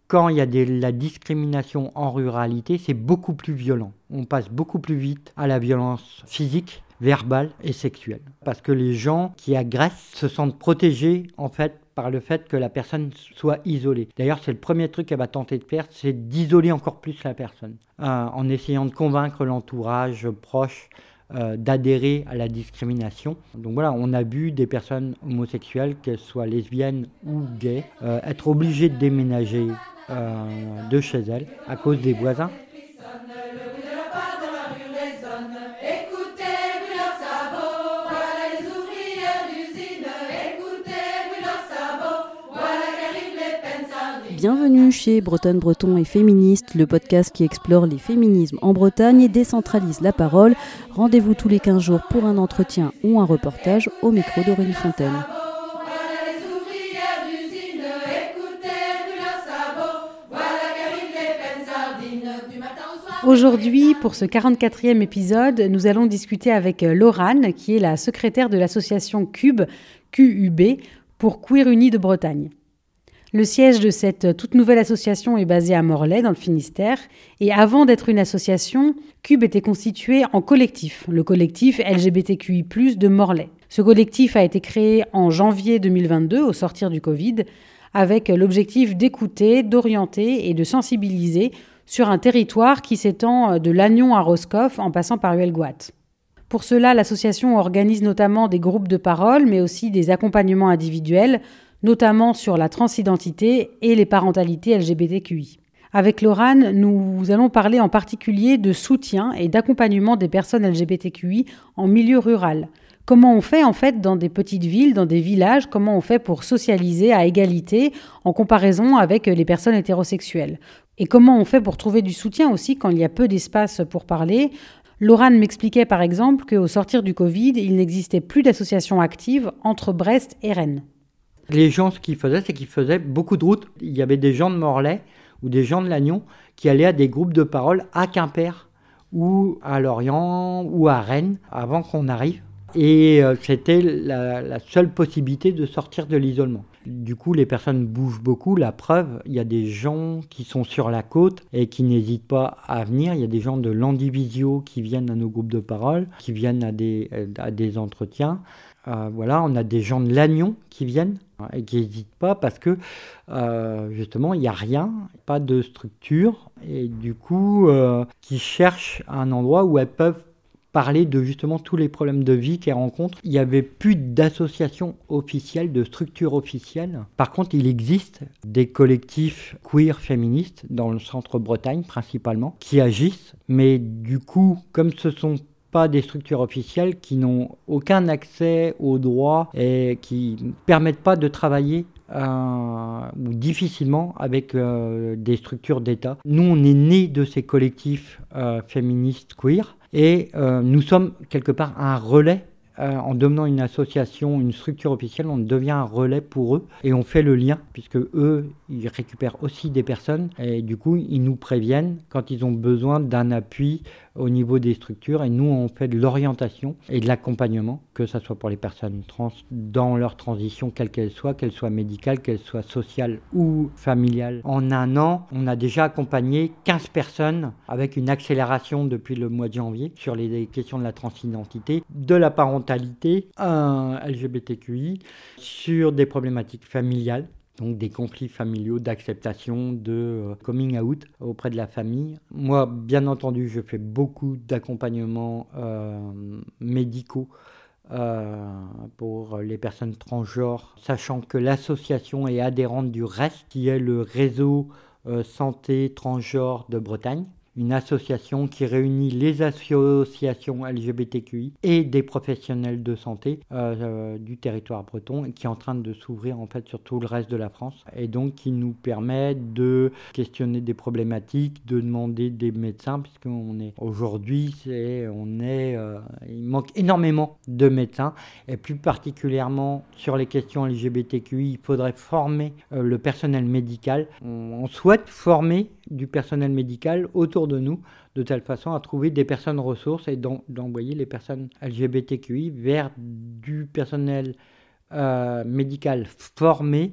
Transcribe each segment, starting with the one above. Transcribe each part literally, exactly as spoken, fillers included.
quand il y a de la discrimination en ruralité, c'est beaucoup plus violent. On passe beaucoup plus vite à la violence physique, verbale et sexuelle. Parce que les gens qui agressent se sentent protégés, en fait, par le fait que la personne soit isolée. D'ailleurs, c'est le premier truc qu'elle va tenter de faire, c'est d'isoler encore plus la personne, euh, en essayant de convaincre l'entourage proche euh, d'adhérer à la discrimination. Donc voilà, on a vu des personnes homosexuelles, qu'elles soient lesbiennes ou gays, euh, être obligées de déménager euh, de chez elles à cause des voisins. Bienvenue chez Bretonne Breton et Féministes, le podcast qui explore les féminismes en Bretagne et décentralise la parole. Rendez-vous tous les quinze jours pour un entretien ou un reportage au micro d'Aurélie Fontaine. Aujourd'hui, pour ce quarante-quatrième épisode, nous allons discuter avec Laurane, qui est la secrétaire de l'association Cube, Q U B, pour Queer Uni de Bretagne. Le siège de cette toute nouvelle association est basé à Morlaix, dans le Finistère. Et avant d'être une association, Cube était constitué en collectif, le collectif L G B T Q I plus, de Morlaix. Ce collectif a été créé en janvier deux mille vingt-deux, au sortir du Covid, avec l'objectif d'écouter, d'orienter et de sensibiliser sur un territoire qui s'étend de Lannion à Roscoff en passant par Huelgoat. Pour cela, l'association organise notamment des groupes de parole, mais aussi des accompagnements individuels, notamment sur la transidentité et les parentalités L G B T Q I. Avec Laurane, nous allons parler en particulier de soutien et d'accompagnement des personnes L G B T Q I en milieu rural. Comment on fait en fait dans des petites villes, dans des villages, comment on fait pour socialiser à égalité en comparaison avec les personnes hétérosexuelles. Et comment on fait pour trouver du soutien aussi quand il y a peu d'espace pour parler. Laurane m'expliquait par exemple qu'au sortir du Covid, il n'existait plus d'associations actives entre Brest et Rennes. Les gens, ce qu'ils faisaient, c'est qu'ils faisaient beaucoup de routes. Il y avait des gens de Morlaix ou des gens de Lannion qui allaient à des groupes de parole à Quimper ou à Lorient ou à Rennes avant qu'on arrive. Et euh, c'était la, la seule possibilité de sortir de l'isolement. Du coup, les personnes bougent beaucoup. La preuve, il y a des gens qui sont sur la côte et qui n'hésitent pas à venir. Il y a des gens de l'Andivisio qui viennent à nos groupes de parole, qui viennent à des, à des entretiens. Euh, voilà, on a des gens de Lannion qui viennent et qui n'hésitent pas parce que euh, justement il n'y a rien, pas de structure et du coup euh, qui cherchent un endroit où elles peuvent parler de justement tous les problèmes de vie qu'elles rencontrent. Il n'y avait plus d'association officielle, de structure officielle. Par contre, il existe des collectifs queer féministes dans le centre Bretagne principalement qui agissent, mais du coup, comme ce sont pas des structures officielles qui n'ont aucun accès aux droits et qui ne permettent pas de travailler euh, ou difficilement avec euh, des structures d'État. Nous, on est nés de ces collectifs euh, féministes queer et euh, nous sommes quelque part un relais. Euh, en devenant une association, une structure officielle, on devient un relais pour eux et on fait le lien puisque eux, ils récupèrent aussi des personnes et du coup, ils nous préviennent quand ils ont besoin d'un appui au niveau des structures et nous, on fait de l'orientation et de l'accompagnement, que ce soit pour les personnes trans dans leur transition, quelle qu'elle soit, qu'elle soit médicale, qu'elle soit sociale ou familiale. En un an, on a déjà accompagné quinze personnes avec une accélération depuis le mois de janvier sur les questions de la transidentité, de la parentalité, un L G B T Q I, sur des problématiques familiales, donc des conflits familiaux, d'acceptation, de euh, coming out auprès de la famille. Moi, bien entendu, je fais beaucoup d'accompagnements euh, médicaux euh, pour les personnes transgenres, sachant que l'association est adhérente du R E S, qui est le réseau euh, santé transgenre de Bretagne. Une association qui réunit les associations L G B T Q I et des professionnels de santé euh, euh, du territoire breton et qui est en train de s'ouvrir en fait sur tout le reste de la France et donc qui nous permet de questionner des problématiques, de demander des médecins puisqu'on est aujourd'hui c'est on est euh, il manque énormément de médecins et plus particulièrement sur les questions L G B T Q I, il faudrait former euh, le personnel médical. On, on souhaite former du personnel médical autour de nous, de telle façon à trouver des personnes ressources et d'en, d'envoyer les personnes L G B T Q I vers du personnel euh, médical formé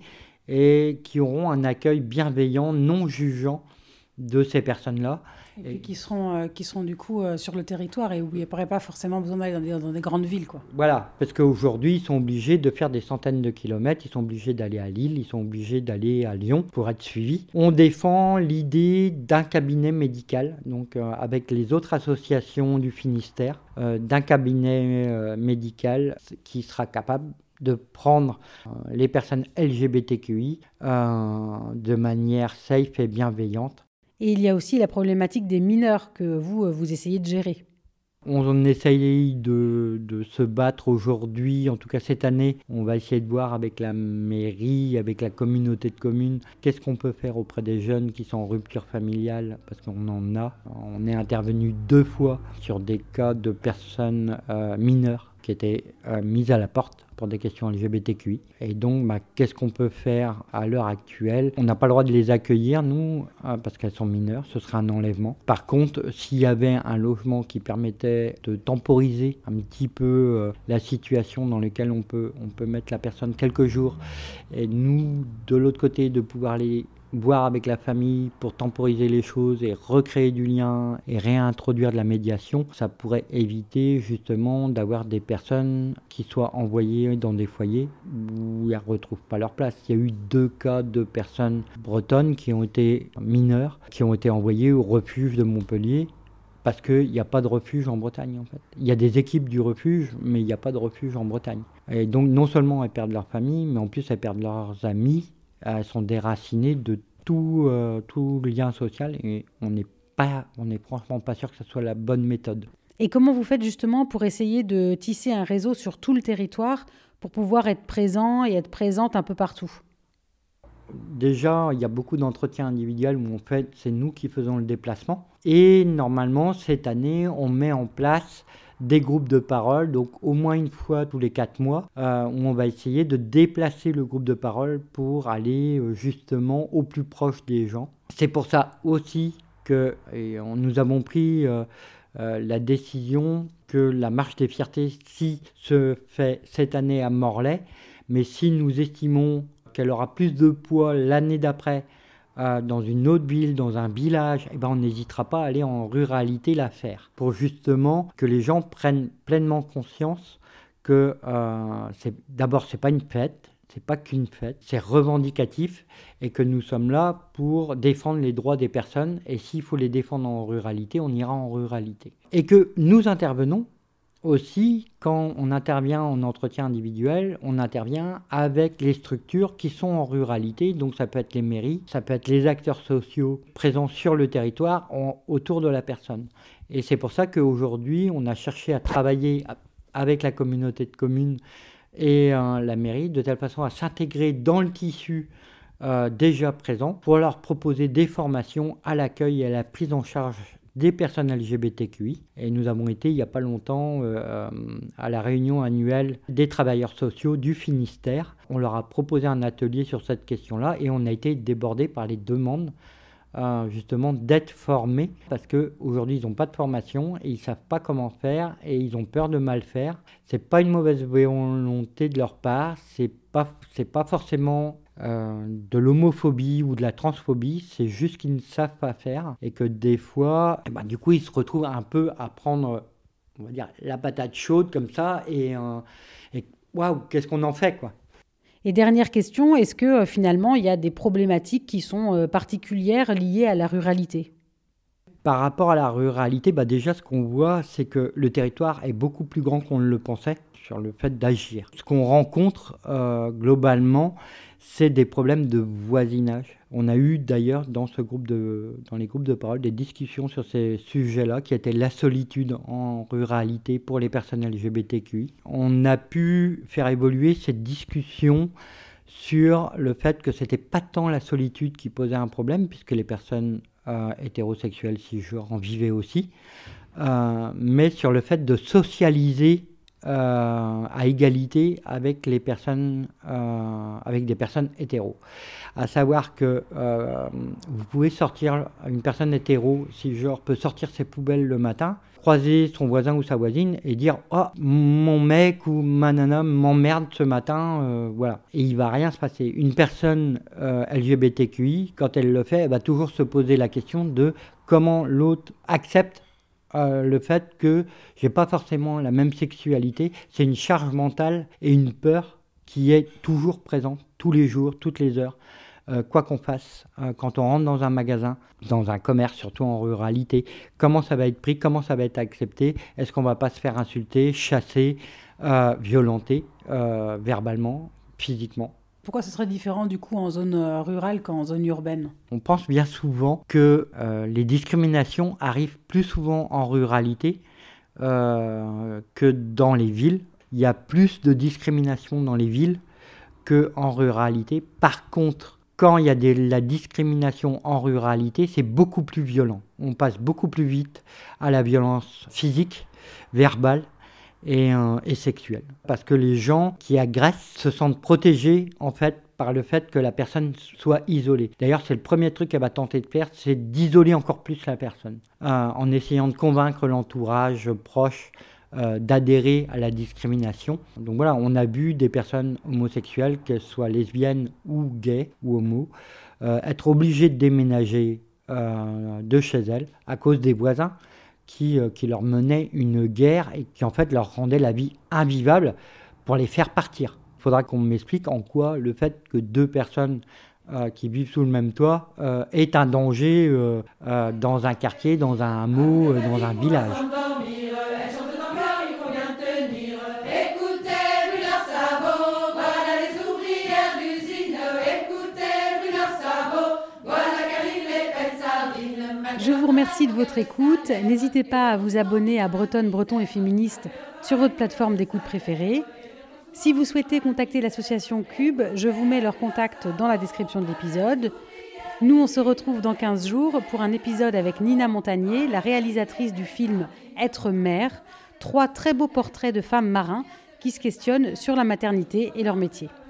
et qui auront un accueil bienveillant, non jugeant de ces personnes-là. Et puis qui seront, euh, qui seront du coup euh, sur le territoire et où il n'y aurait pas forcément besoin d'aller dans des, dans des grandes villes, quoi. Voilà, parce qu'aujourd'hui, ils sont obligés de faire des centaines de kilomètres, ils sont obligés d'aller à Lille, ils sont obligés d'aller à Lyon pour être suivis. On défend l'idée d'un cabinet médical, donc euh, avec les autres associations du Finistère, euh, d'un cabinet euh, médical qui sera capable de prendre euh, les personnes L G B T Q I euh, de manière safe et bienveillante. Et il y a aussi la problématique des mineurs que vous, vous essayez de gérer. On essaye de, de se battre aujourd'hui, en tout cas cette année. On va essayer de voir avec la mairie, avec la communauté de communes, qu'est-ce qu'on peut faire auprès des jeunes qui sont en rupture familiale, parce qu'on en a. On est intervenu deux fois sur des cas de personnes euh, mineures qui étaient euh, mises à la porte pour des questions L G B T Q I. Et donc, bah, qu'est-ce qu'on peut faire à l'heure actuelle ? On n'a pas le droit de les accueillir, nous, euh, parce qu'elles sont mineures, ce serait un enlèvement. Par contre, s'il y avait un logement qui permettait de temporiser un petit peu euh, la situation dans laquelle on peut, on peut mettre la personne quelques jours, et nous, de l'autre côté, de pouvoir les voir avec la famille pour temporiser les choses et recréer du lien et réintroduire de la médiation, ça pourrait éviter justement d'avoir des personnes qui soient envoyées dans des foyers où elles ne retrouvent pas leur place. Il y a eu deux cas de personnes bretonnes qui ont été mineures, qui ont été envoyées au refuge de Montpellier parce qu'il n'y a pas de refuge en Bretagne en fait. Il y a des équipes du refuge, mais il n'y a pas de refuge en Bretagne. Et donc non seulement elles perdent leur famille, mais en plus elles perdent leurs amis. Elles sont déracinées de tout, euh, tout lien social et on n'est pas, on n'est franchement pas sûr que ce soit la bonne méthode. Et comment vous faites justement pour essayer de tisser un réseau sur tout le territoire pour pouvoir être présent et être présente un peu partout ? Déjà, il y a beaucoup d'entretiens individuels où en fait, c'est nous qui faisons le déplacement. Et normalement, cette année, on met en place des groupes de parole, donc au moins une fois tous les quatre mois, euh, où on va essayer de déplacer le groupe de parole pour aller euh, justement au plus proche des gens. C'est pour ça aussi que et on, nous avons pris euh, euh, la décision que la marche des fiertés, si se fait cette année à Morlaix, mais si nous estimons qu'elle aura plus de poids l'année d'après euh, dans une autre ville, dans un village, eh ben on n'hésitera pas à aller en ruralité la faire. Pour justement que les gens prennent pleinement conscience que euh, c'est, d'abord, c'est pas une fête, c'est pas qu'une fête, c'est revendicatif et que nous sommes là pour défendre les droits des personnes et s'il faut les défendre en ruralité, on ira en ruralité. Et que nous intervenons aussi, quand on intervient en entretien individuel, on intervient avec les structures qui sont en ruralité, donc ça peut être les mairies, ça peut être les acteurs sociaux présents sur le territoire en, autour de la personne. Et c'est pour ça qu'aujourd'hui, on a cherché à travailler avec la communauté de communes et euh, la mairie, de telle façon à s'intégrer dans le tissu euh, déjà présent pour leur proposer des formations à l'accueil et à la prise en charge des personnes L G B T Q I. Et nous avons été il n'y a pas longtemps euh, à la réunion annuelle des travailleurs sociaux du Finistère. On leur a proposé un atelier sur cette question-là et on a été débordés par les demandes euh, justement d'être formés parce qu'aujourd'hui ils n'ont pas de formation et ils ne savent pas comment faire et ils ont peur de mal faire. Ce n'est pas une mauvaise volonté de leur part, ce n'est pas, c'est pas forcément Euh, de l'homophobie ou de la transphobie, c'est juste qu'ils ne savent pas faire et que des fois, eh ben, du coup, ils se retrouvent un peu à prendre, on va dire, la patate chaude comme ça et, euh, et waouh, qu'est-ce qu'on en fait, quoi. Et dernière question, est-ce que euh, finalement, il y a des problématiques qui sont euh, particulières liées à la ruralité ? Par rapport à la ruralité, bah déjà, ce qu'on voit, c'est que le territoire est beaucoup plus grand qu'on ne le pensait sur le fait d'agir. Ce qu'on rencontre euh, globalement, c'est des problèmes de voisinage. On a eu d'ailleurs dans, ce groupe de, dans les groupes de parole des discussions sur ces sujets-là, qui étaient la solitude en ruralité pour les personnes L G B T Q I. On a pu faire évoluer cette discussion sur le fait que ce n'était pas tant la solitude qui posait un problème, puisque les personnes euh, hétérosexuelles cisgenres en vivaient aussi, euh, mais sur le fait de socialiser euh, à égalité avec les personnes, euh, avec des personnes hétéros. À savoir que euh, vous pouvez sortir, une personne hétéro, si genre peut sortir ses poubelles le matin, croiser son voisin ou sa voisine et dire « Oh, mon mec ou ma nana m'emmerde ce matin, euh, voilà ». Et il va rien se passer. Une personne euh, L G B T Q I, quand elle le fait, elle va toujours se poser la question de comment l'autre accepte euh, le fait que j'ai pas forcément la même sexualité. C'est une charge mentale et une peur qui est toujours présente, tous les jours, toutes les heures. Euh, quoi qu'on fasse, euh, quand on rentre dans un magasin, dans un commerce, surtout en ruralité, comment ça va être pris, comment ça va être accepté, est-ce qu'on va pas se faire insulter, chasser, euh, violenter, euh, verbalement, physiquement. Pourquoi ce serait différent du coup en zone rurale qu'en zone urbaine ? On pense bien souvent que euh, les discriminations arrivent plus souvent en ruralité euh, que dans les villes. Il y a plus de discrimination dans les villes qu'en ruralité. Par contre, quand il y a de la discrimination en ruralité, c'est beaucoup plus violent. On passe beaucoup plus vite à la violence physique, verbale et, euh, et sexuelle. Parce que les gens qui agressent se sentent protégés en fait par le fait que la personne soit isolée. D'ailleurs, c'est le premier truc qu'elle va tenter de faire, c'est d'isoler encore plus la personne, euh, en essayant de convaincre l'entourage proche Euh, d'adhérer à la discrimination. Donc voilà, on a vu des personnes homosexuelles, qu'elles soient lesbiennes ou gays ou homo, euh, être obligées de déménager euh, de chez elles à cause des voisins qui, euh, qui leur menaient une guerre et qui en fait leur rendaient la vie invivable pour les faire partir. Il faudra qu'on m'explique en quoi le fait que deux personnes Euh, qui vivent sous le même toit euh, est un danger euh, euh, dans un quartier, dans un hameau, euh, dans un village. Je vous remercie de votre écoute. N'hésitez pas à vous abonner à Bretonne, Breton et Féministe sur votre plateforme d'écoute préférée. Si vous souhaitez contacter l'association Cube, je vous mets leur contact dans la description de l'épisode. Nous, on se retrouve dans quinze jours pour un épisode avec Nina Montagnier, la réalisatrice du film Être mère. Trois très beaux portraits de femmes marins qui se questionnent sur la maternité et leur métier.